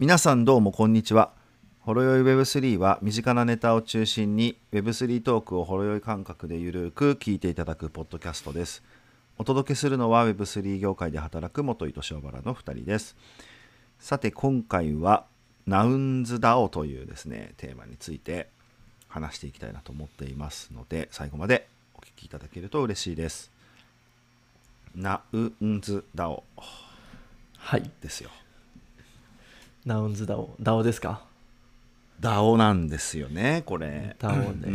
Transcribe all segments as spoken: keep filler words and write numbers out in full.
皆さんどうもこんにちは。ほろよい ウェブスリー は身近なネタを中心に ウェブスリー トークをほろよい感覚でゆるく聞いていただくポッドキャストです。お届けするのは ウェブスリー 業界で働く元井と塩原のふたりです。さて今回はナウンズ ダオ というですねテーマについて話していきたいなと思っていますので、最後までお聞きいただけると嬉しいです。ナウンズ ダオはいですよ。 ナウンズ ダオ ダオですか。 ダオ なんですよねこれ。 ダオね、 うん、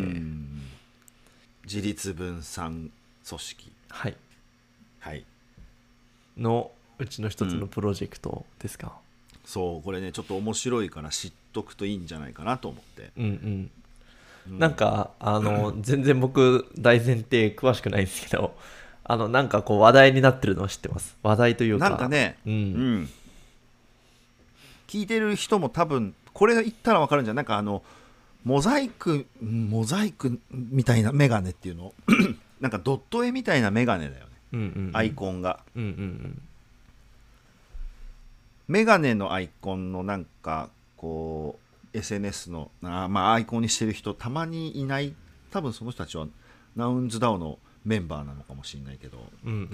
自立分散組織、 はいはい、 のうちの一つのプロジェクトですか。 うん、そうこれねちょっと面白いから知っとくといいんじゃないかなと思って。 うんうん、うん、なんかあの全然僕大前提詳しくないんですけど、あのなんかこう話題になってるのは知ってます。話題というかなんかね、 うん、うん、 聞いてる人も多分これ言ったら分かるんじゃない。なんかあのモザイクモザイクみたいなメガネっていうのなんかドット絵みたいなメガネだよね、 うんうんうん、 アイコンが、 うんうんうん、 メガネのアイコンのなんかこう エスエヌエス のあ、まあ、アイコンにしてる人たまにいない。多分その人たちはナウンズ ダオ のメンバーなのかもしれないけど、 うんうんうん、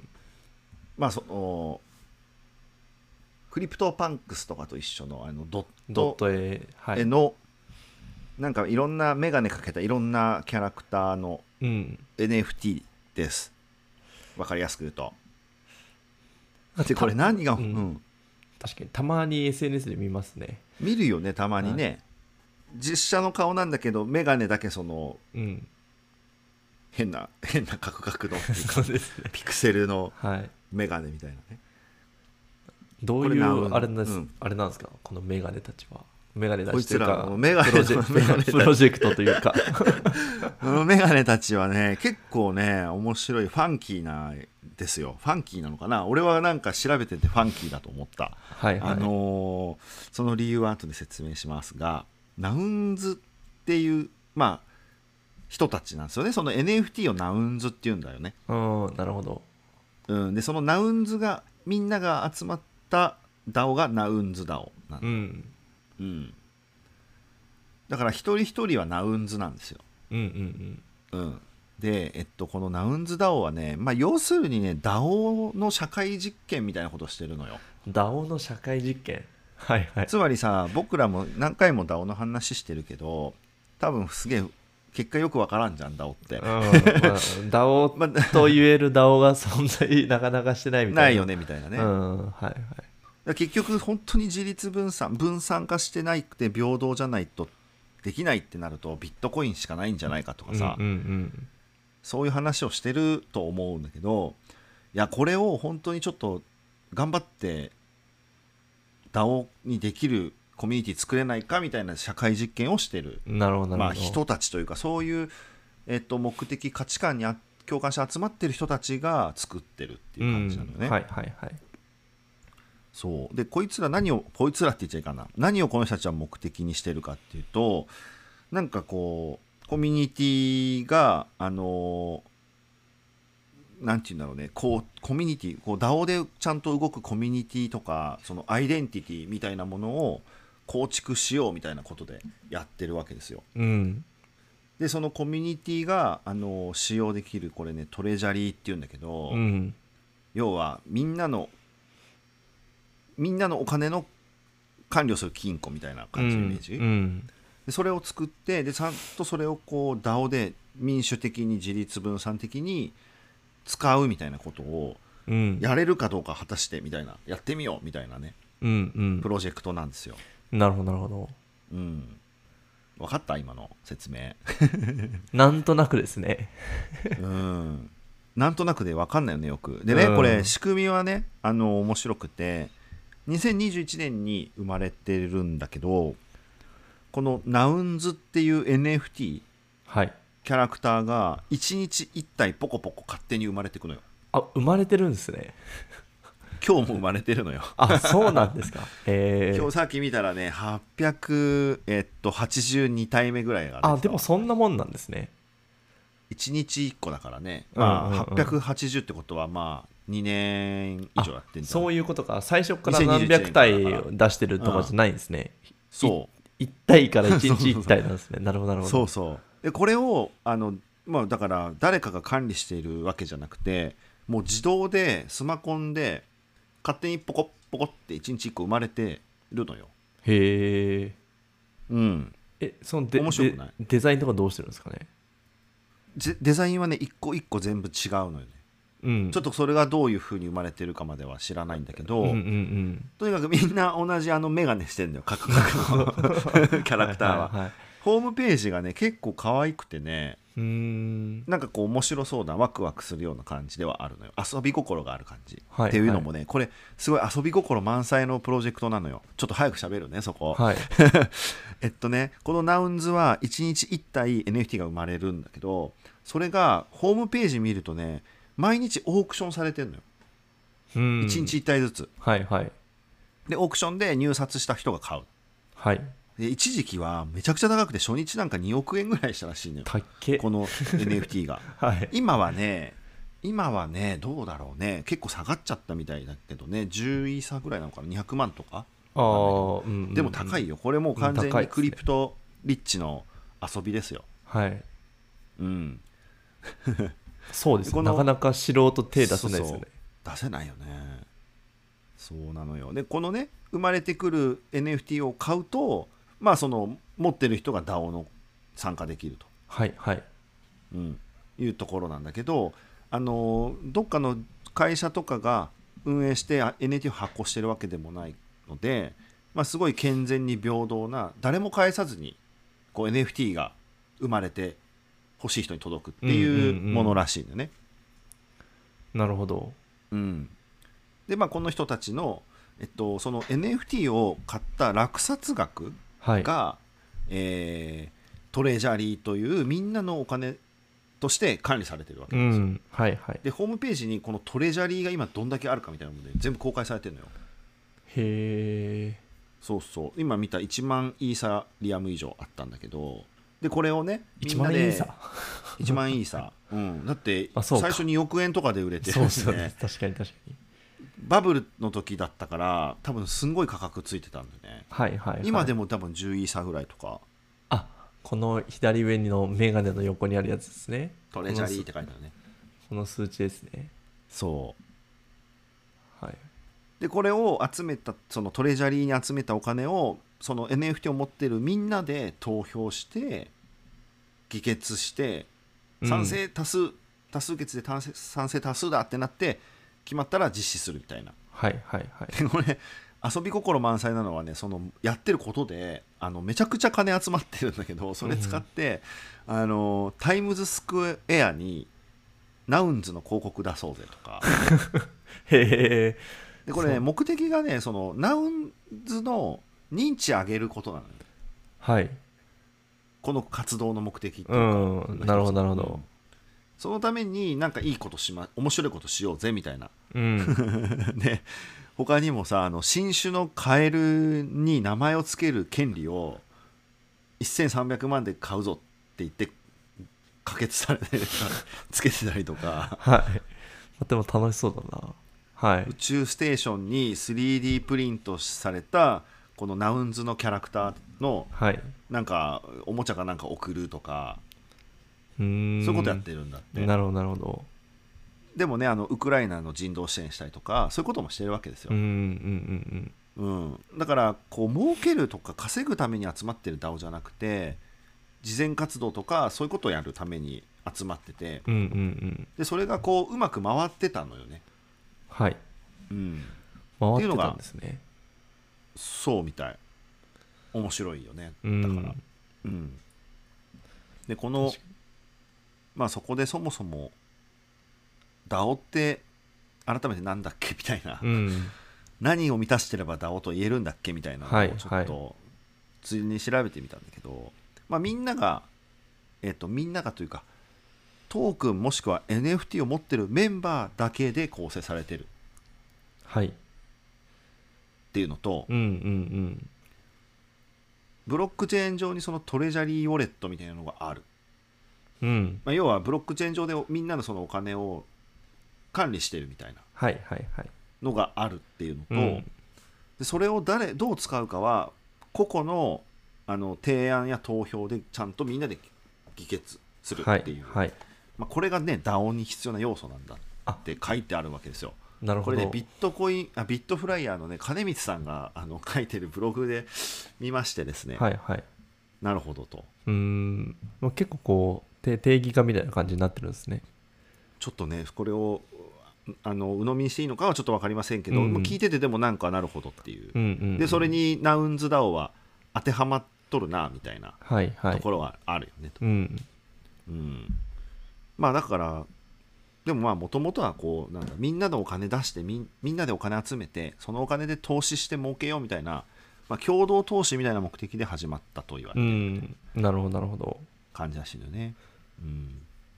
まあそのクリプトパンクスとかと一緒のあのドドッットト絵、はい、 絵のなんかいろんなメガネかけたいろんなキャラクターの エヌエフティー です。わかりやすく言うと。でこれ何が、うんうん、 確かにたまに エスエヌエス で見ますね。 見るよねたまにね、はい、実写の顔なんだけどメガネだけその、うん、変な変なカクカクのっていうかそうです、ね、ピクセルのメガネみたいなね、はい、 どういうあれなんです、うん、あれなんですかこのメガネたちは。メガネたちというかこいつらメガネプロジェ、プロジェクトというかこのメガネたちはね結構ね面白いファンキーなですよ。ファンキーなのかな。俺はなんか調べててファンキーだと思った、はいはい、あのー、その理由は後で説明しますが、ナウンズっていうまあ人たちなんですよね。その エヌエフティー をナウンズっていうんだよね。 うん、なるほど、 うん、でそのナウンズがみんなが集まった ダオ がナウンズ ダオ なんだ、うんうん、だから一人一人はナウンズなんですよ、うんうんうんうん、で、えっと、このナウンズ ダオ はね、まあ、要するにね ダオ の社会実験みたいなことをしてるのよ。 ダオ の社会実験、はいはい、 つまりさ僕らも何回も ダオ の話してるけど多分すげえ結果よくわからんじゃん ダオ って、うんまあ、 ダオ と言える ダオ が存在なかなかしてないみたいなないよねみたいなね、うんはいはい、結局本当に自立分散分散化してないくて平等じゃないとできないってなるとビットコインしかないんじゃないかとかさ、うんうんうん、そういう話をしてると思うんだけど、いやこれを本当にちょっと頑張って ダオ にできるコミュニティ作れないかみたいな社会実験をしてる、 なるほど、まあ、 人たちというかそういう、えっと、目的価値観に共感して集まってる人たちが作ってるっていう感じなのよね、うん、はいはいはい。そうでこいつら何をこいつらって言っちゃいかな何をこの人たちは目的にしてるかっていうと、なんかこうコミュニティがあのなんていうんだろうね、こうコミュニティこう ダオ でちゃんと動くコミュニティとかそのアイデンティティみたいなものを構築しようみたいなことでやってるわけですよ、うん、でそのコミュニティがあの使用できるこれねトレジャリーっていうんだけど、うん、要はみんなのみんなのお金の管理をする金庫みたいな感じのイメージ、うんうん、でそれを作ってでちゃんとそれをこう ダオ で民主的に自立分散的に使うみたいなことをやれるかどうか果たしてみたいな、やってみようみたいなね、うんうん、プロジェクトなんですよ。 なるほどなるほど、 うん、分かった今の説明なんとなくですねうん、なんとなくで分かんないよねよくでね、うん、これ仕組みはねあの面白くてにせんにじゅういちねんに生まれてるんだけど、このナウンズっていう エヌエフティー、はい、キャラクターがいちにちいち体ポコポコ勝手に生まれてくのよ。 あ、生まれてるんですね今日も生まれてるのよあ、そうなんですか、えー、 今日さっき見たらねはっぴゃくはちじゅうに体目ぐらいが出てた。 あ、でもそんなもんなんですね。 いちにちいっこだからね、まあ、はっぴゃくはちじゅうってことはまあにねん以上やってんじゃん。 そういうことか。最初から何百体出してるとかじゃないんですね。 うん、そういち体からいちにちいち体なんですね。なるほどなるほど。 そうそうでこれをあの、まあ、だから誰かが管理しているわけじゃなくて、もう自動でスマコンで勝手にポコッポコっていちにちいっこ生まれてるのよ。 へえ。 うんえそのデ面白くない？ デデザインとかどうしてるんですかね。 デザインはね一個一個全部違うのよね。うん、ちょっとそれがどういう風に生まれてるかまでは知らないんだけど、うんうんうん、とにかくみんな同じあのメガネしてんだよ、各々のキャラクターは、はいはいはい、ホームページがね結構可愛くてね、うーんなんかこう面白そうなワクワクするような感じではあるのよ。遊び心がある感じ、はい、っていうのもね、これすごい遊び心満載のプロジェクトなのよ。ちょっと早く喋るねそこ、はい、えっとねこのナウンズはいちにちいち体 エヌエフティー が生まれるんだけど、それがホームページ見るとね毎日オークションされてるのよ。うんいちにちいち体ずつ、はいはい、でオークションで入札した人が買う、はい、で一時期はめちゃくちゃ高くて初日なんかにおくえんぐらいしたらしいのよ、この エヌエフティー が、はい、今はね今はねどうだろうね、結構下がっちゃったみたいだけどね、じゅうイーサぐらいなのかな、にひゃくまんとか。あ、うんうん、でも高いよこれ。もう完全にクリプトリッチの遊びですよ。はいうんそうですね、なかなか素人手出せないですよね。 そうそう出せないよね。そうなのよ。でこのね生まれてくる エヌエフティー を買うと、まあその持ってる人が ダオ の参加できると、はいはいうん、いうところなんだけど、あのどっかの会社とかが運営して エヌエフティー を発行してるわけでもないので、まあ、すごい健全に平等な、誰も返さずにこう エヌエフティー が生まれて欲しい人に届くっていうものらしいんだよね、 うんうんうん、なるほど、 うん、でまあこの人たちの、えっと、その エヌエフティー を買った落札額が、はいえー、トレジャリーというみんなのお金として管理されてるわけですよ、うんはいはい、でホームページにこのトレジャリーが今どんだけあるかみたいなので全部公開されてるのよ。へえ。そうそう今見たいちまんイーサリアム以上あったんだけど、でこれをねみんなでいちまんイーサ、うん、だって最初におくえんとかで売れてるんですね。そうですね、確かに確かに。バブルの時だったから多分すんごい価格ついてたんでね、はいはいはい、今でも多分じゅうイーサぐらいとか。 あ、この左上のメガネの横にあるやつですね。 トレジャリーって書いてあるね。 この数値ですね。 そう、はい、でこれを集めた、そのトレジャリーに集めたお金をその エヌエフティー を持ってるみんなで投票して議決して賛成多数、うん、多数決で賛成多数だってなって決まったら実施するみたいな。はいはいはい。これ遊び心満載なのはね、そのやってることであのめちゃくちゃ金集まってるんだけど、それ使って、うん、あのタイムズスクエアにナウンズの広告出そうぜとかへえ。でこれ、ね、目的がねそのナウンズの認知上げることなのよ。はい。この活動の目的っていうか、うん、なるほどなるほど、うん、そのためになんかいいことしま面白いことしようぜみたいな、うん、で他にもさあの新種のカエルに名前をつける権利をせんさんびゃくまんで買うぞって言って可決されてつけてたりとか、 はい、でも楽しそうだな、はい、 宇宙ステーションに スリーディー プリントされたこのナウンズのキャラクターの、はい、なんかおもちゃかなんか送るとか、うーん、そういうことやってるんだって。 なるほどなるほど。 でもねあのウクライナの人道支援したりとかそういうこともしてるわけですよ。うんうんうんうん、だからこう儲けるとか稼ぐために集まってる ダオ じゃなくて慈善活動とかそういうことをやるために集まってて、うんうんうん、でそれがこううまく回ってたのよね。はい、うん、 回ってたんですね。 そうみたい。面白いよね。だから、うん、でこのまあそこでそもそも ダオ って改めてなんだっけみたいな、うん、何を満たしてれば ダオ と言えるんだっけみたいなのをちょっとついに調べてみたんだけど、はいはい、まあみんながえっとみんながというかトークンもしくは エヌエフティー を持ってるメンバーだけで構成されてる、はい、っていうのと、うんうんうん、ブロックチェーン上にそのトレジャリーウォレットみたいなのがある、うんまあ、要はブロックチェーン上でみんなのそのお金を管理してるみたいなはいはいはいのがあるっていうのと、 うん、 でそれを誰どう使うかは個々の、あの提案や投票でちゃんとみんなで議決するっていう、 はいはい、 まあ、これがね ダオ に必要な要素なんだって書いてあるわけですよ。 なるほど。 これねビットコインあビットフライヤーのね金光さんがあの書いてるブログで見ましてですね、 はいはい、 なるほどと。 うーん、結構こう定義化みたいな感じになってるんですね。 ちょっとねこれをあの鵜呑みにしていいのかはちょっと分かりませんけど、 うん、 聞いててでもなんかなるほどっていう、 うんうんうん、 でそれにナウンズダオは当てはまっとるなみたいなところはあるよねと、 はいはい、うんうん、まあだからでもまあもともとはこうなんだみんなでお金出してみ ん, みんなでお金集めてそのお金で投資して儲けようみたいな、まあ、共同投資みたいな目的で始まったと言われてる、うん、 なるほどなるほど感じらしいのよね、うん、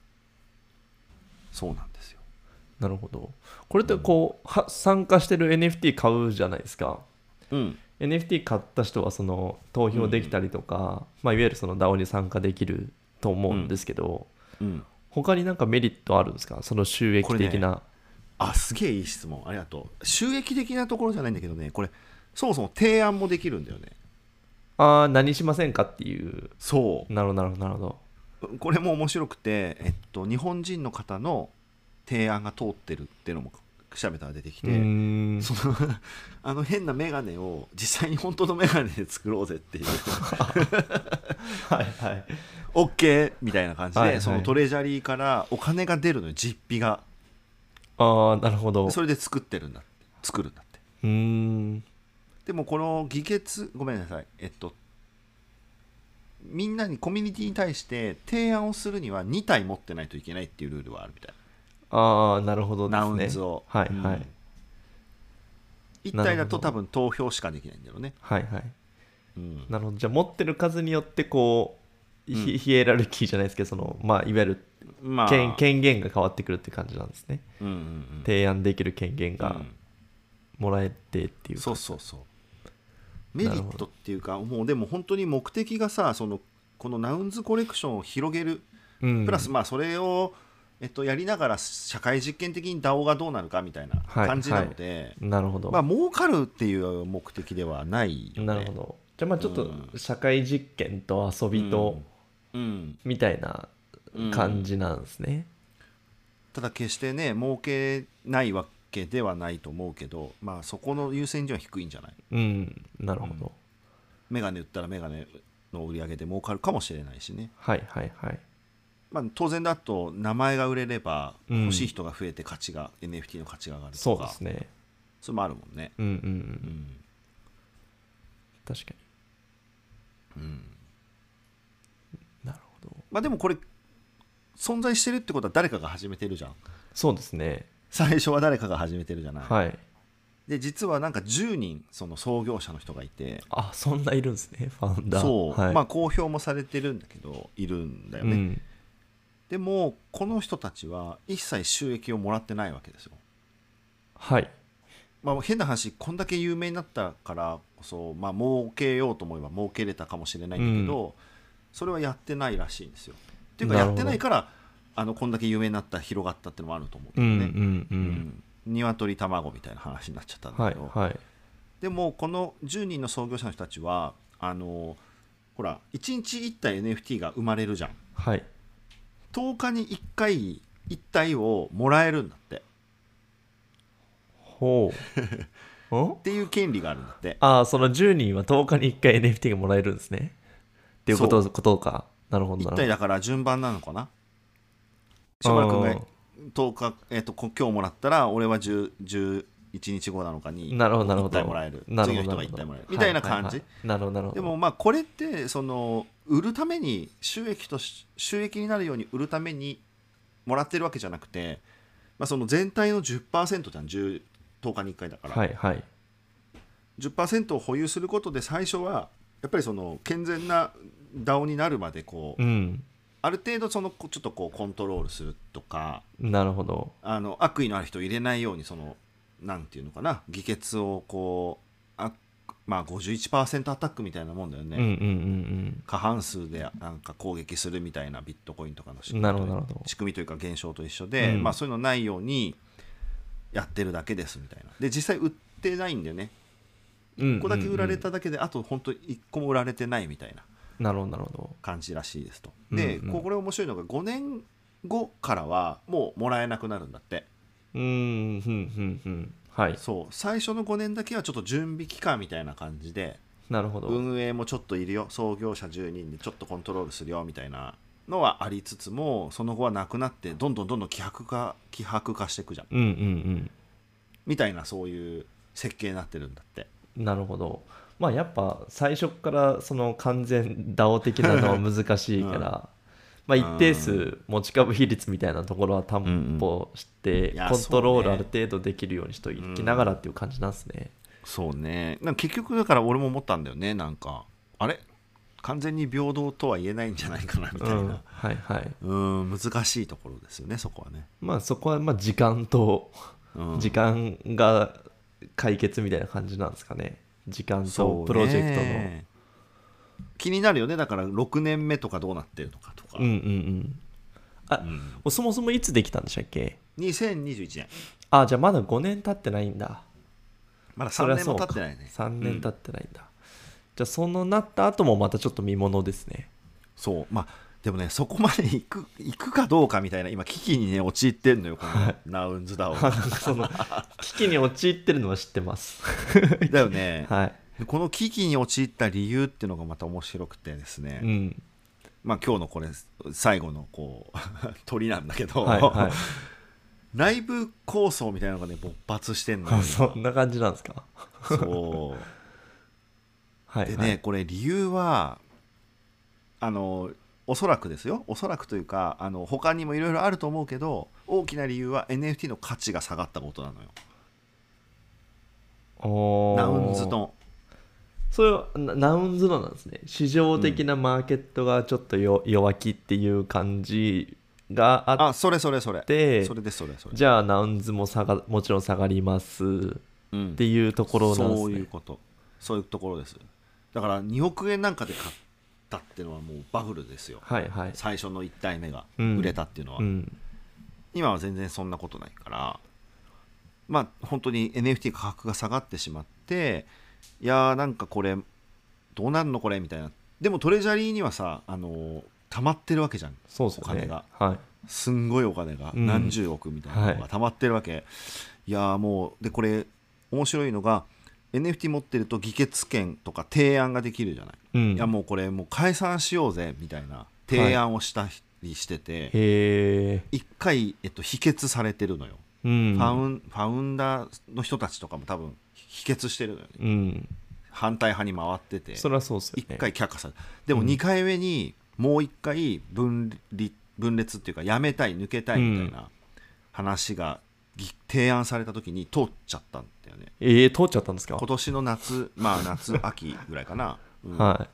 そうなんですよ。 なるほど。これってこう、うん、参加してる エヌエフティー 買うじゃないですか、 うん、 エヌエフティー 買った人はその投票できたりとか、うんまあ、いわゆるその ダオ に参加できると思うんですけど、うんうん他になんかメリットあるんですか、その収益的な。 ね、あすげえいい質問ありがとう。収益的なところじゃないんだけどね、これそもそも提案もできるんだよね。 ああ何しませんかっていう。 そうなるほどなるほどなるほど。これも面白くて、えっと、日本人の方の提案が通ってるっていうのも調べたら出てきて、そのあの変なメガネを実際に本当のメガネで作ろうぜっていうはいはい OK みたいな感じで、 はいはい、 そのトレジャリーからお金が出るのよ、実費が。 ああなるほど。 それで作ってるんだ作るんだって。 うーんでもこの議決ごめんなさいえっとみんなにコミュニティに対して提案をするにはに体持ってないといけないっていうルールはあるみたい。 ああなるほどですね。 ナウンズをはいはい、うん、 いち体だと多分投票しかできないんだろうね。 はいはい、 うん、 なるほど。じゃあ持ってる数によってこう、うん、ヒエラルキーじゃないですけどその、まあ、いわゆる、まあ、権, 権限が変わってくるって感じなんですね、うんうんうん、提案できる権限がもらえてっていう、うん、 そうそうそうメリットっていうかもうでも本当に目的がさそのこのナウンズコレクションを広げる、うん、プラスまあそれをえっと、やりながら社会実験的に ダオ がどうなるかみたいな感じなので、はいはい、 なるほど。 まあ儲かるっていう目的ではないよね。 なるほど。じゃあまあちょっと社会実験と遊びと、うん、みたいな感じなんですね、うんうん、 ただ決してね儲けないわけではないと思うけど、まあそこの優先順位は低いんじゃない。 うんなるほど、うん、 メガネ売ったらメガネの売り上げで儲かるかもしれないしね。 はいはいはい。 まあ、当然だと名前が売れれば欲しい人が増えて価値が、うん、エヌエフティー の価値が上がるとか、 そうですね、 それもあるもんね。 うんうんうん、うん、確かに、うん、なるほど。 まあでもこれ存在してるってことは誰かが始めてるじゃん。 そうですね、 最初は誰かが始めてるじゃない、 はい、 で実はなんかじゅうにんその創業者の人がいて、 あそんないるんですねファウンダー。 そう、 はい、 まあ公表もされてるんだけどいるんだよね、うん、でもこの人たちは一切収益をもらってないわけですよ。 はい、 まあ、変な話こんだけ有名になったからこそ、まあ儲けようと思えば儲けれたかもしれないんだけど、うん、それはやってないらしいんですよ。っていうかやってないからあのこんだけ有名になった広がったっていうのもあると思うけどね、うんうんうんうん、鶏卵みたいな話になっちゃったんだけど、 はいはい、 でもこのじゅうにんの創業者の人たちはあのほらいちにちいち体 エヌエフティー が生まれるじゃん、 はい、 とおかにいっかいいち体をもらえるんだって。 ほうっていう権利があるんだって。 ああそのじゅうにんはとおかにいっかい エヌエフティー がもらえるんですねっていうことことか。なるほどなるほど。 いち体だから順番なのかな。島原君がとおか、えー、と今日もらったら俺はじゅういちにちごなのかにいち体もらえる、次の人がいち体もらえるみたいな感じ。 なるほどなるほど。 でもまあこれってその売るために収益と収益になるように売るためにもらってるわけじゃなくて、まあ、その全体の じゅっパーセント じゃんじゅう、とおかにいっかいだから、 はいはい、 じゅっパーセント を保有することで最初はやっぱりその健全な ダオ になるまでこう、うん、ある程度そのちょっとこうコントロールするとか、 なるほど、 あの悪意のある人を入れないようにそのなんていうのかな議決をこうあまあ ごじゅういちパーセント アタックみたいなもんだよね、うんうんうんうん、過半数でなんか攻撃するみたいなビットコインとかの仕組みというか現象と一緒で、うんまあ、そういうのないようにやってるだけですみたいな。で実際売ってないんだよね。いっこだけ売られただけで、あと本当いっこも売られてないみたいな感じらしいですと。で、うんうん、これ面白いのがごねんごからはもうもらえなくなるんだって。 うんうんうんうんはい。 そう最初のごねんだけはちょっと準備期間みたいな感じで、 なるほど、 運営もちょっといるよ、創業者じゅうにんでちょっとコントロールするよみたいなのはありつつも、その後はなくなってどんどんどんどん希薄化希薄化していくじゃん、 うんうんうん、 みたいなそういう設計になってるんだって。 なるほど。まあやっぱ最初からその完全 ダオ 的なのは難しいから、うん、まあ一定数持ち株比率みたいなところは担保してコントロールある程度できるようにしときながらっていう感じなんですね。 そうね。なんか結局だから俺も思ったんだよね。なんかあれ完全に平等とは言えないんじゃないかなみたいな、うん、 はいはい、 うん難しいところですよねそこはね。 まあそこはまあ時間と、うん、時間が解決みたいな感じなんですかね。時間とプロジェクトの、 気になるよね。だからろくねんめとかどうなってるのかとか。 うんうんうんあ、うん、そもそもいつできたんでしたっけ。 にせんにじゅういちねん。 あ、じゃあまだごねん経ってないんだ。 まださんねんも経ってないね。 さんねん経ってないんだ、うん、じゃあそのなった後もまたちょっと見ものですね。 そうまあでもねそこまで行く行くかどうかみたいな今危機にね陥ってんのよこのナウンズダオその危機に陥ってるのは知ってますだよね、 はい、 この危機に陥った理由っていうのがまた面白くてですね、 うんまあ今日のこれ最後のこう鳥なんだけど、 はいはい、 内部抗争みたいなのがね勃発してんのよ。 そんな感じなんですか。 そうはい、 でね、はい、これ理由はあのおそらくですよおそらくというかあの他にもいろいろあると思うけど大きな理由は エヌエフティー の価値が下がったことなのよ。 おナウンズのそれはナウンズのなんですね。市場的なマーケットがちょっとよ、うん、弱気っていう感じがあって、 あそれそれそれそれですそれそれじゃあナウンズも下がもちろん下がりますっていうところなんですね、うん、 そういうことそういうところです。だからにおくえんなんかで買ったっていうのはもうバブルですよ、 はいはい、 最初のいち体目が売れたっていうのは、 うんうん、 今は全然そんなことないから、まあ本当に エヌエフティー 価格が下がってしまって、いやーなんかこれどうなるのこれみたいな。でもトレジャリーにはさあのー、溜まってるわけじゃん。 そうですね、 お金が、 はい、 すんごいお金が、うん、何十億みたいなのが溜まってるわけ、はい、いやーもうでこれ面白いのが エヌエフティー 持ってると議決権とか提案ができるじゃない、うん、いやもうこれもう解散しようぜみたいな提案をしたりしてて、はい、 へ一回、えっと、否決されてるのよ、うん、ファウン、ファウンダーの人たちとかも多分否決してるのよね、うん、反対派に回ってて、 それはそうですよね、 いっかい却下されでもにかいめにもういっかい分離分裂っていうかやめたい抜けたいみたいな話が提案された時に通っちゃったんだよね。 えー、通っちゃったんですか。 今年の夏まあ夏秋ぐらいかな、うん、 はい、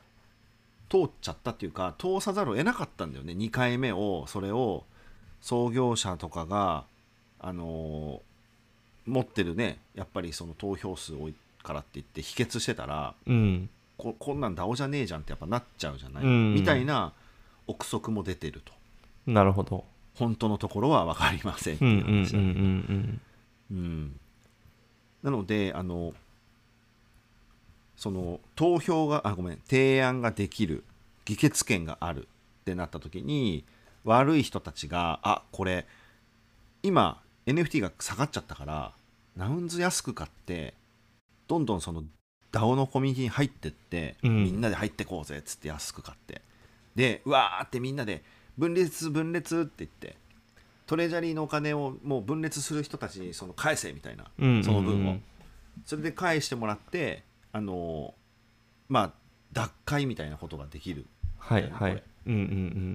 通っちゃったっていうか通さざるを得なかったんだよね。にかいめをそれを創業者とかがあのー、持ってるねやっぱりその投票数多いからって言って否決してたら、 うん、 こ, こんなんダオじゃねえじゃんってやっぱなっちゃうじゃない、うん、みたいな憶測も出てると。 なるほど。 本当のところは分かりませんっていう話なんなのであのその投票があごめん提案ができる議決権があるってなった時に悪い人たちがあこれ今 エヌエフティー が下がっちゃったからナウンズ安く買ってどんどんその ダオ のコミュニティに入ってって、うん、みんなで入ってこうぜっつって安く買ってでうわーってみんなで分裂分裂って言ってトレジャリーのお金をもう分裂する人たちにその返せみたいな、うんうんうん、その分をそれで返してもらってあのまあ脱会みたいなことができる、 はいはい、うんうんうん、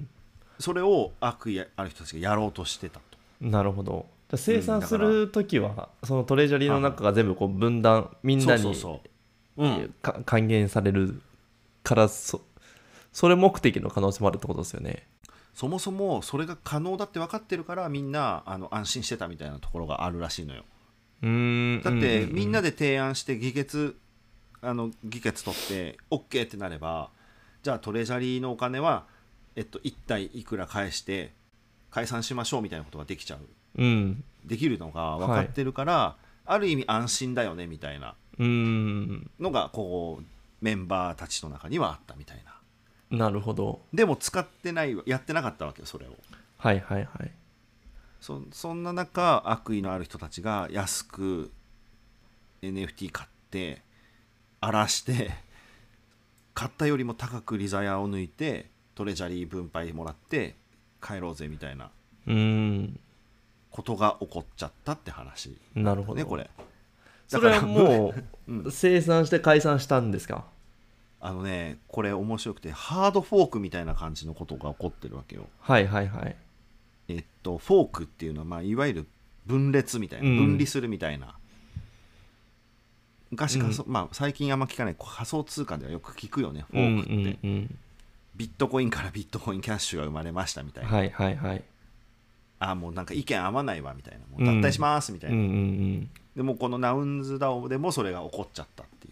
それを悪意ある人たちがやろうとしてたと。 なるほど。じゃ生産するときは、うん、そのトレジャリーの中が全部こう分断みんなにそうそうそう、うん、還元されるからそそれ目的の可能性もあるってことですよね。 そもそもそれが可能だって分かってるからみんなあの安心してたみたいなところがあるらしいのよ。 うーんだってみんなで提案して議決あの議決取って OK ってなればじゃあトレジャリーのお金は、えっと、いち体いくら返して解散しましょうみたいなことができちゃうできるのが分かってるから、はい、ある意味安心だよねみたいなのがこうメンバーたちの中にはあったみたいな。なるほど。 でも使ってないやってなかったわけよそれを。 はいはいはい。 そ, そんな中悪意のある人たちが安く エヌエフティー 買って荒らして買ったよりも高くリザヤを抜いてトレジャリー分配もらって帰ろうぜみたいなことが起こっちゃったって話、 ね、なるほどこれそれはもう、うん、生産して解散したんですか？ あのねこれ面白くてハードフォークみたいな感じのことが起こってるわけよ。 はいはいはい。 えっとフォークっていうのは、まあ、いわゆる分裂みたいな、うん、分離するみたいな昔仮想、うんまあ、最近あんま聞かない仮想通貨ではよく聞くよねフォークって、うんうんうん、ビットコインからビットコインキャッシュが生まれましたみたいな、 はいはいはい、 あもうなんか意見合わないわみたいなもう脱退しますみたいな、うんうんうん、でもこのナウンズダオでもそれが起こっちゃったっていう。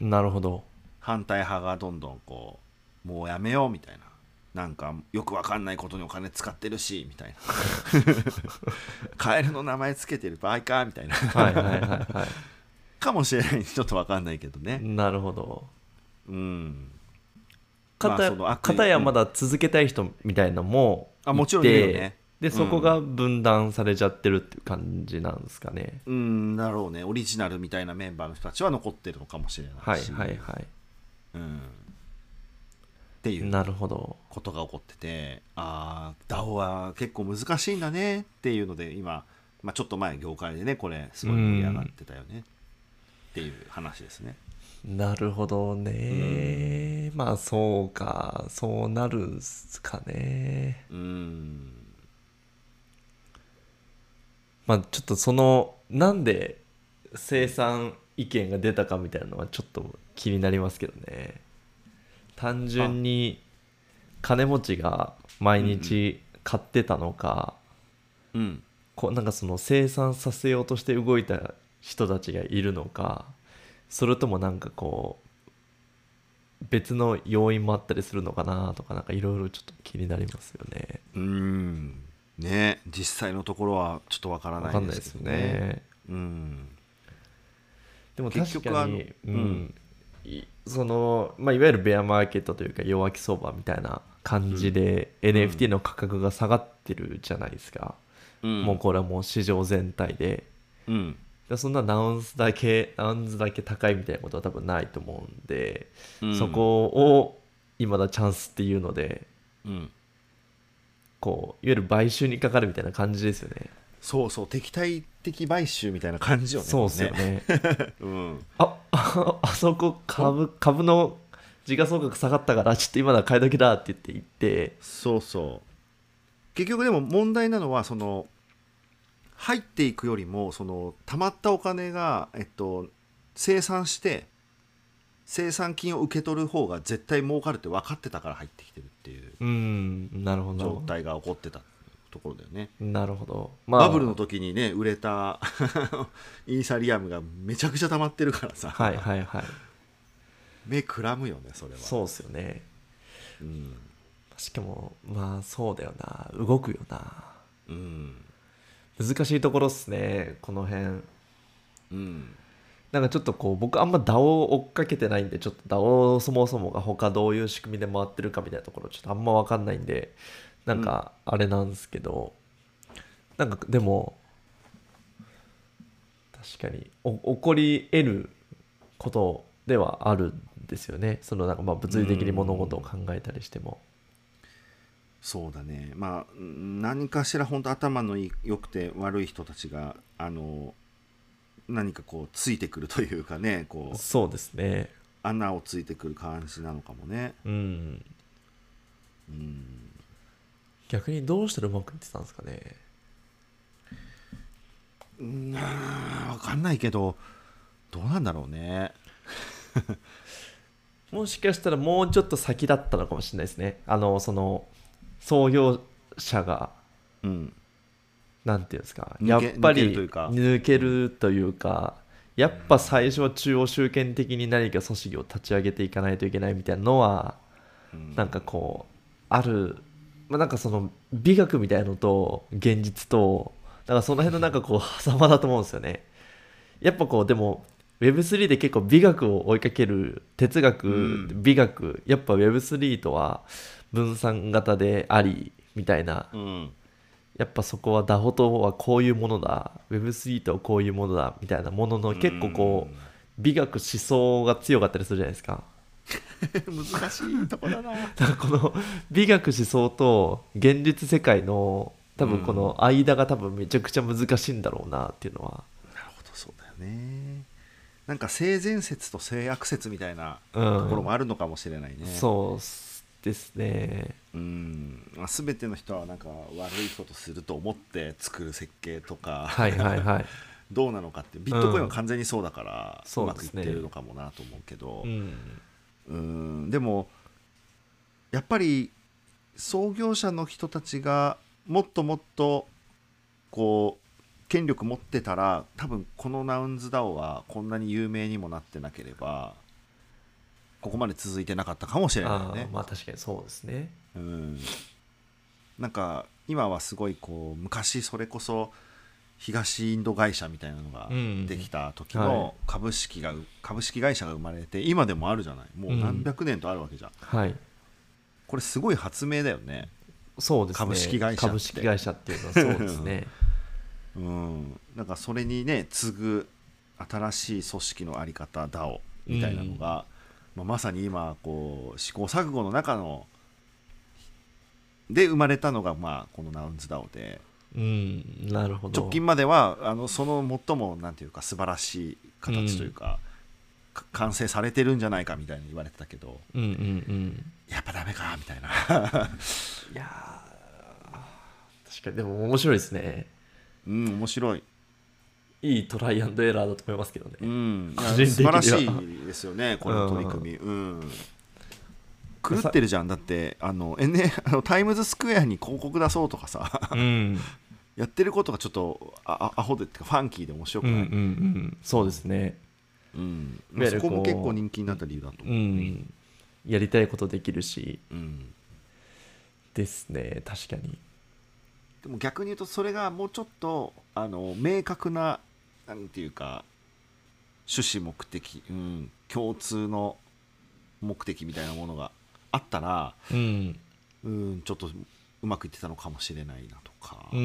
なるほど。 反対派がどんどんこうもうやめようみたいな、なんかよくわかんないことにお金使ってるしみたいなカエルの名前つけてる場合かみたいなはいはいはい、はい、かもしれないちょっとわかんないけどね。 なるほど。 うんかた、まあ、かたやまだ続けたい人みたいなのもいて、 あもちろんいるよね。 でそこが分断されちゃってるっていう感じなんですかね。 うん、うんだろうね。オリジナルみたいなメンバーの人たちは残ってるのかもしれないし、 はいはいはい、 うん、っていうことが起こってて、ああ ダオ は結構難しいんだねっていうので今、まあ、ちょっと前業界でねこれすごい盛り上がってたよねっていう話ですね。 なるほどね、うん、まあそうかそうなるんすかね。 うんまあちょっとそのなんで生産意見が出たかみたいなのはちょっと気になりますけどね。単純に金持ちが毎日買ってたのか、 うんうん、 こうなんかその生産させようとして動いた人たちがいるのか、それともなんかこう別の要因もあったりするのかなとか、なんかいろいろちょっと気になりますよね。 うーんね実際のところはちょっとわからないですけどね。わかんないですよね。 うん、でも確かに、うん、そのまあ、いわゆるベアマーケットというか弱気相場みたいな感じで エヌエフティー の価格が下がってるじゃないですか、うん、もうこれはもう市場全体で、 うん、 そんなナウンスだけナウンスだけ高いみたいなことは多分ないと思うんで、うん、そこを今だチャンスっていうので、 うん、 こういわゆる買収にかかるみたいな感じですよね。 そうそう敵対的買収みたいな感じよね。 そうですよね、 うん、 あ, あ, あそこ 株, 株の時価総額下がったからちょっと今だ買い時だって言って言ってそうそう結局でも問題なのはその入っていくよりもその貯まったお金が、えっと、生産して生産金を受け取る方が絶対儲かるって分かってたから入ってきてるっていううんなるほど状態が起こってたところだよね。 なるほど、 まあ、バブルの時にね売れたイーサリアムがめちゃくちゃ溜まってるからさはいはいはい目くらむよねそれは。 そうっすよね、 うん、 しかもまあそうだよな動くよな、 うん、 難しいところっすねこの辺、 うん、 なんかちょっとこう僕あんま ダオ を追っかけてないんでちょっと ダオ そもそもが他どういう仕組みで回ってるかみたいなところちょっとあんま分かんないんでなんかあれなんですけど、うん、なんかでも確かにお起こり得ることではあるんですよね。そのなんかまあ物理的に物事を考えたりしても、 うん、そうだね。まあ何かしら本当頭の良くて悪い人たちがあの何かこうついてくるというかねこうそうですね穴をついてくる感じなのかもね。 うん、うん、逆にどうしたらうまくいってたんですかね。 うーん分かんないけどどうなんだろうねもしかしたらもうちょっと先だったのかもしれないですね。あのその創業者が、うん、なんていうんですかやっぱり抜けるというかやっぱ最初は中央集権的に何か組織を立ち上げていかないといけないみたいなのは、うん、なんかこうある、まあ、なんかその美学みたいなのと現実とからその辺のなんかこう狭間だと思うんですよね。やっぱこうでも ウェブスリー で結構美学を追いかける哲学、うん、美学やっぱ ウェブスリー とは分散型でありみたいな、うん、やっぱそこは ダオ とはこういうものだ ウェブスリー とはこういうものだみたいなものの結構こう美学思想が強かったりするじゃないですか。 難しいとこだな。だからこの美学思想と現実世界の多分この間が多分めちゃくちゃ難しいんだろうなっていうのは、 うん、なるほどそうだよね。なんか性善説と性悪説みたいなところもあるのかもしれないね、うん、 そうですね。 うん、まあ、全ての人はなんか悪いことすると思って作る設計とかはいはいはいどうなのかってビットコインは完全にそうだから、うん、うまくいってるのかもなと思うけど、うん、うんでもやっぱり創業者の人たちがもっともっとこう権力持ってたら多分このナウンズ ダオ はこんなに有名にもなってなければここまで続いてなかったかもしれないね。 あまあ確かにそうですね。 うん、なんか今はすごいこう昔それこそ東インド会社みたいなのができた時の株式が、うんはい、株式会社が生まれて今でもあるじゃない。もう何百年とあるわけじゃん、うんはい、これすごい発明だよね。 そうですね。 株式会社って株式会社っていうのはそうですねうん、なんかそれにね次ぐ新しい組織のあり方 ダオ みたいなのが、うんまあ、まさに今こう試行錯誤の中ので生まれたのが、まあ、このナウンズ ダオ で、 うん、なるほど。 直近まではあのその最もなんていうか素晴らしい形というか、うん、完成されてるんじゃないかみたいに言われてたけど、 うんうんうん、 やっぱダメかみたいないや確かにでも面白いですね。 うん面白い。 いいトライアンドエラーだと思いますけどね、 うん、素晴らしいですよねこの取り組み、うん、狂ってるじゃん。だってあの、N、あのタイムズスクエアに広告出そうとかさ、うん、やってることがちょっとあアホでってかファンキーで面白くない、うんうんうん、そうですね、 うんまあ、そこも結構人気になった理由だと思う、うん、 やりたいことできるし、 うん、 ですね。確かに。 でも逆に言うとそれがもうちょっとあの明確ななんていうか趣旨目的、うん、共通の目的みたいなものがあったら、うん、うんちょっとうまくいってたのかもしれないなとか、 うん、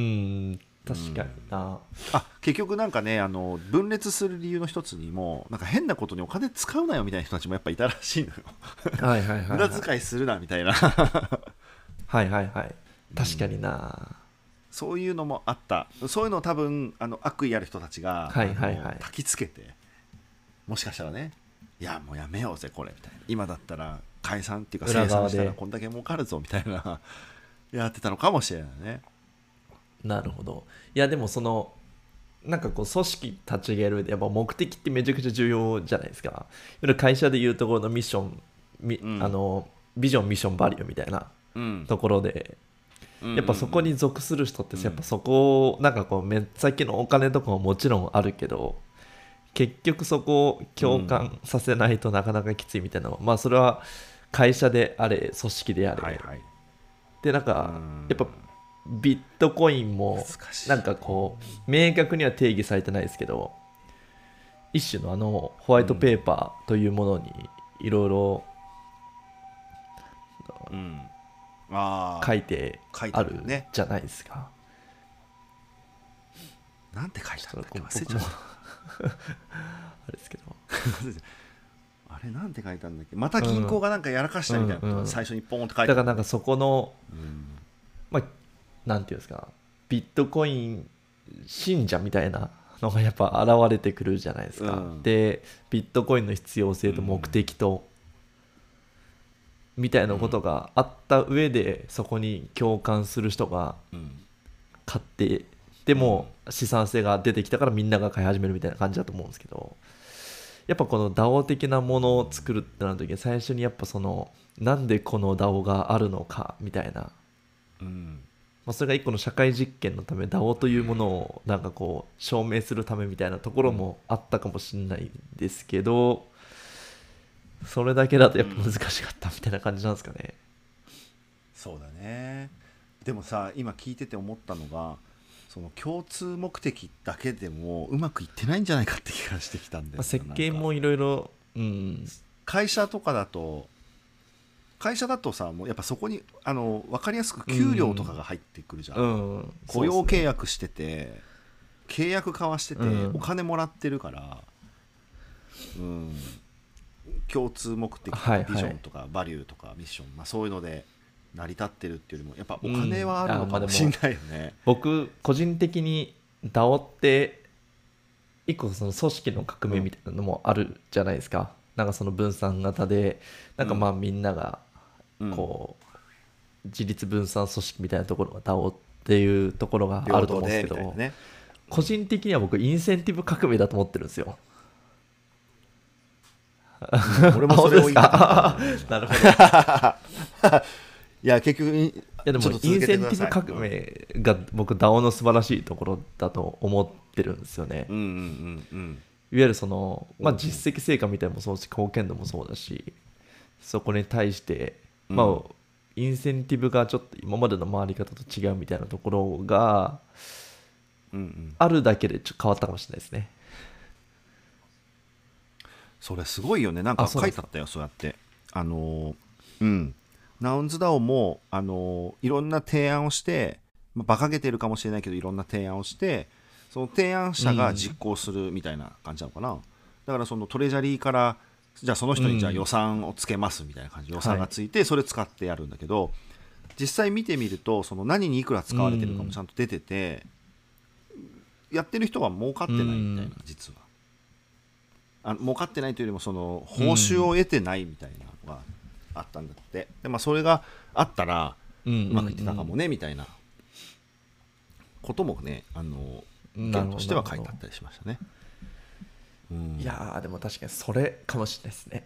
確かにな、うん、 あ結局なんかねあの分裂する理由の一つにもなんか変なことにお金使うなよみたいな人たちもやっぱいたらしいのよはいはいはい、はい、 無駄遣いするなみたいなはいはいはい確かにな、うん、 そういうのもあった。そういうのを多分あの悪意ある人たちが、はいはいはい、焚きつけてもしかしたらねいやもうやめようぜこれみたいな今だったら解散っていうか清算したらこんだけ儲かるぞみたいなやってたのかもしれないね。 なるほど。いやでもそのなんかこう組織立ち上げるやっぱ目的ってめちゃくちゃ重要じゃないですか。いわゆる会社でいうところのミッション、うん、あのビジョンミッションバリューみたいなところで、うん、やっぱそこに属する人ってやっぱそこをなんかこう目先のお金とかももちろんあるけど結局そこを共感させないとなかなかきついみたいなの、うん、まあそれは会社であれ組織であれ、はいはい、でなんかやっぱビットコインもなんかこう明確には定義されてないですけど一種のあのホワイトペーパーというものにいろいろ書いてあるじゃないですか。 なんて書いてあるんだっけ忘れちゃったあれですけどあれなんて書いてあるんだっけまた銀行がなんかやらかしたみたいなことが最初にポーンって書いてある、 だからなんかそこの、うん、まあなんていうんですかビットコイン信者みたいなのがやっぱ現れてくるじゃないですか、うん、でビットコインの必要性と目的と、うん、みたいなことがあった上でそこに共感する人が買ってでも資産性が出てきたからみんなが買い始めるみたいな感じだと思うんですけどやっぱこの ダオ 的なものを作るってなるときに最初にやっぱそのなんでこの ダオ があるのかみたいな、うんまあ、それが一個の社会実験のため ダオ というものをなんかこう証明するためみたいなところもあったかもしれないですけどそれだけだとやっぱ難しかったみたいな感じなんですかね、 うん、そうだね。でもさ今聞いてて思ったのがその共通目的だけでもうまくいってないんじゃないかって気がしてきたんで、まあ、 設計もいろいろ会社とかだと会社だとさもうやっぱそこにあの分かりやすく給料とかが入ってくるじゃん、うんうん、雇用契約してて契約交わしてて、うん、お金もらってるから、うん、共通目的とかビジョンとかバリューとかミッション、まあ、そういうので成り立ってるっていうよりもやっぱお金はあるのかもしれないよね、うん、 僕個人的に ダオ って一個その組織の革命みたいなのもあるじゃないですか、うん、なんかその分散型でなんかまあみんながこう自立分散組織みたいなところが ダオ っていうところがあると思うんですけど、ね、個人的には僕インセンティブ革命だと思ってるんですよ。 うん、俺もそれを言いたかった。なるほど。いや結局いやでもインセンティブ革命が僕 ダオ の素晴らしいところだと思ってるんですよね。うんうんうんうん、いわゆるその、まあ、実績成果みたいなのもそうだし貢献度もそうだしそこに対して、まあうん、インセンティブがちょっと今までの回り方と違うみたいなところが、うんうん、あるだけでちょっと変わったかもしれないですね。 それすごいよね。なんか書いてあったよそうやってあのうんナウンズダオもあのいろんな提案をして、まあ、馬鹿げてるかもしれないけどいろんな提案をしてその提案者が実行するみたいな感じなのかな、うん、だからそのトレジャリーからじゃあその人にじゃあ予算をつけますみたいな感じ、うん、予算がついてそれ使ってやるんだけど、はい、実際見てみるとその何にいくら使われてるかもちゃんと出てて、うん、やってる人は儲かってないみたいな、実はあ儲かってないというよりもその報酬を得てないみたいなのがあったんだって。で、まあ、それがあったらうまくいってたかもねみたいなこともねあの意見としては書いてあったりしましたね。 うん、いやでも確かにそれかもしれないですね、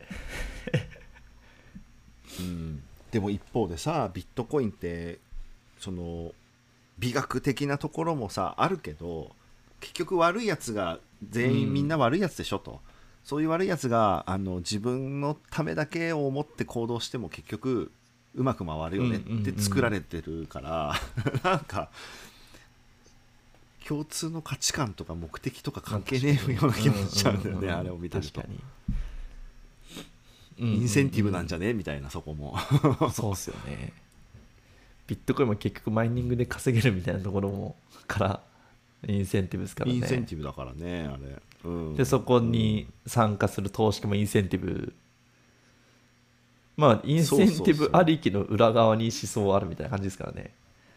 うん、でも一方でさビットコインってその美学的なところもさあるけど結局悪いやつが全員みんな悪いやつでしょと、うん、そういう悪いやつがあの自分のためだけを思って行動しても結局うまく回るよねって作られてるから、うんうんうん、なんか共通の価値観とか目的とか関係ねえような気もしちゃうんだよね、うんうんうん、あれを見てるとインセンティブなんじゃねみたいなそこもそうっすよね。ビットコインも結局マイニングで稼げるみたいなところもからインセンティブですからね。 インセンティブだからねあれ、うん、 でそこに参加する投資家もインセンティブ、まあインセンティブありきの裏側に思想あるみたいな感じですからね。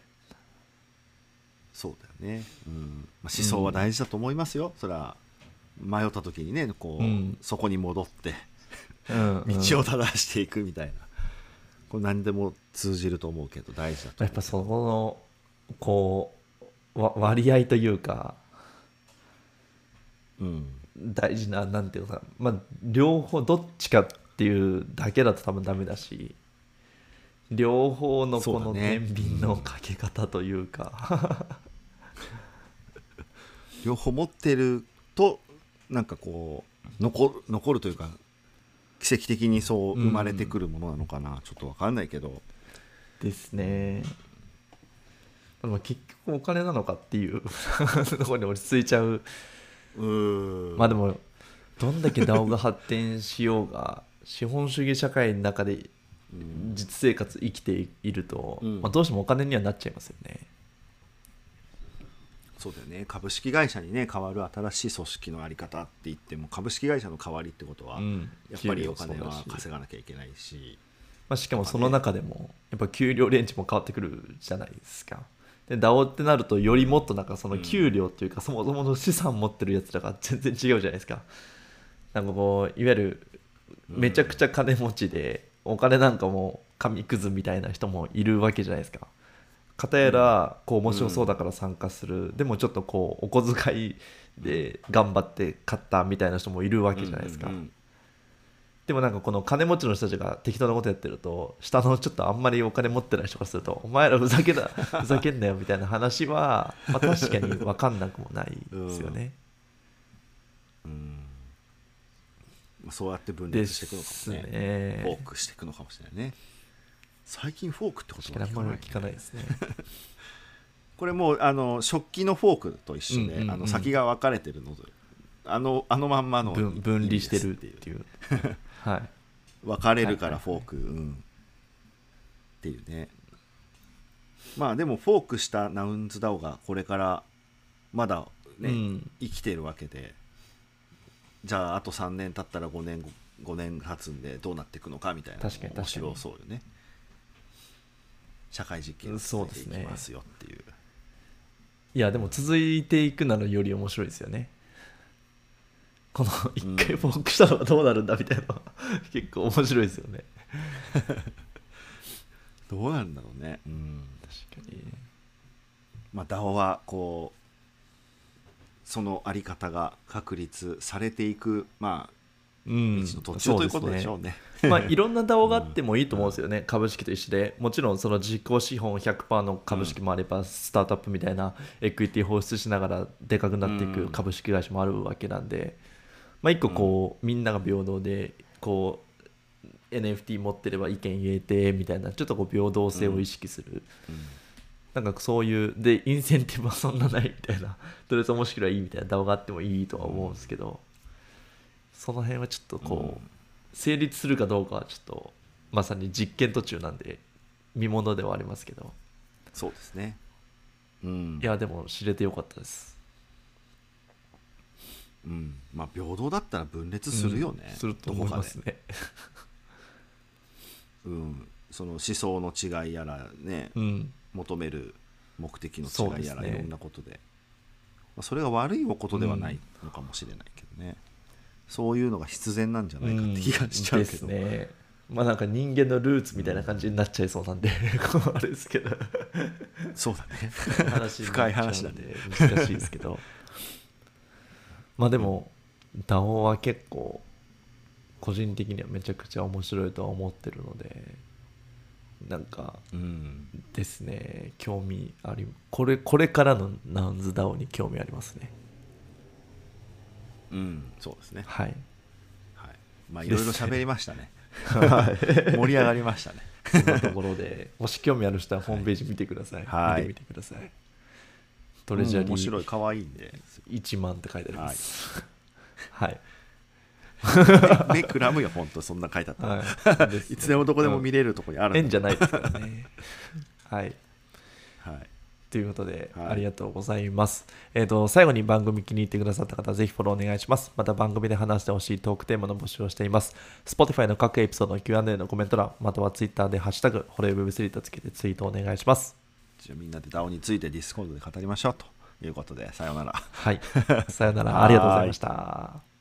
そうだよね、うんまあ、思想は大事だと思いますよ、うん、それは迷った時にねこう、うん、そこに戻ってうん道を正していくみたいな、これ何でも通じると思うけど大事だと思う。 やっぱそのこう割合というか、うん、大事ななんていうか、まあ、両方どっちかっていうだけだと多分ダメだし両方のこの天秤のかけ方というか、ね、 両方持ってるとなんかこう 残, 残るというか奇跡的にそう生まれてくるものなのかな、うん、ちょっと分かんないけどですね。でも結局お金なのかっていうところに落ち着いちゃう。うーんまあでもどんだけ ダオ が発展しようが資本主義社会の中で実生活生きていると、うんまあ、どうしてもお金にはなっちゃいますよね。 そうだよね。株式会社にね変わる新しい組織の在り方って言っても株式会社の代わりってことは、うん、やっぱりお金は稼がなきゃいけないし、 まあ、しかもその中でもやっぱ給料レンジも変わってくるじゃないですか。で ダオ ってなるとよりもっとなんかその給料というか、うん、そもそもの資産持ってるやつらが全然違うじゃないですか。なんかこういわゆるめちゃくちゃ金持ちで、うん、お金なんかもう紙くずみたいな人もいるわけじゃないですか。片やらこう面白そうだから参加する、うん、でもちょっとこうお小遣いで頑張って買ったみたいな人もいるわけじゃないですか、うんうんうん、でもなんかこの金持ちの人たちが適当なことやってると下のちょっとあんまりお金持ってない人からするとお前らふざけだふざけんなよみたいな話は、まあ、確かに分かんなくもないですよね、 うんうん、そうやって分裂していくのかもね。ですね。フォークしていくのかもしれないね。最近フォークってことは聞かないですねこれもうあの食器のフォークと一緒で、うんうんうん、あの先が分かれてるのであのあのまんまの分, 分離してるっていうはい分かれるからフォーク、はいはいはい、うんっていうね。まあでもフォークしたナウンズダオがこれからまだね、うん、生きてるわけで、じゃああとさんねん経ったらごねんごねん経つんでどうなっていくのかみたいなのも面白そうよね。社会実験していきますよっていう。 いやでも続いていくならより面白いですよね。この一回フォークしたのはどうなるんだみたいな、うん、結構面白いですよね。 どうなんだろうね、うん、 確かに。 まあ ダオ はこうそのあり方が確立されていく、まあ道の途中ということでしょうね。 まあいろんな ダオ があってもいいと思うんですよね、うん、株式と一緒で。もちろんその実行資本 ひゃくパーセント の株式もあれば、うん、スタートアップみたいなエクイティ放出しながらでかくなっていく株式会社もあるわけなんで、まあ一個こう、うん、みんなが平等でこう エヌエフティー 持ってれば意見言えてみたいな、ちょっとこう平等性を意識する、うんうん、なんかそういうでインセンティブはそんなないみたいな、とりあえず面白いいいみたいな ダオ があってもいいとは思うんですけど、うん、その辺はちょっとこう、うん、成立するかどうかはちょっとまさに実験途中なんで見ものではありますけど。 そうですね、うん、 いやでも知れてよかったです。 うん、まあ平等だったら分裂するよね、 うん、すると思いますね。 うん、その思想の違いやらね、うん、求める目的の違いやら、ね、いろんなことで、まあ、それが悪いことではないのかもしれないけどね、うん、そういうのが必然なんじゃないかって気がしちゃうけど、うん、ですね。 まあなんか人間のルーツみたいな感じになっちゃいそうなんで、うん、あれですけどそうだね話深い話だね、 難しいですけどまあでも ダオ は結構個人的にはめちゃくちゃ面白いとは思ってるので、なんかですね、興味あり、これこれからのナウンズ ダオ に興味ありますね。 うん、そうですね。 はい。 はい、まあいろいろ喋りましたね。盛り上がりましたね。 そんなところで、もし興味ある人はホームページ見てください。はい、見てみてください。トレジャリー、うん、 面白い、可愛いんでいちまんって書いてあります。はい。 はい、目くらむよ、本当そんな書いてあったら、はい、ね、いつでもどこでも見れるところにあるん変じゃないですからね。はい。 はい。 ということで、はい、ありがとうございます。えーと、最後に番組気に入ってくださった方はぜひフォローお願いします。また番組で話してほしいトークテーマの募集をしています。Spotify の各エピソードの キューアンドエー のコメント欄、または Twitter でハッシュタグ、ホレイウェブスリーとつけてツイートお願いします。 じゃあみんなで ダオ について Discord で語りましょうということで、さようなら。 はい。さようなら。ありがとうございました。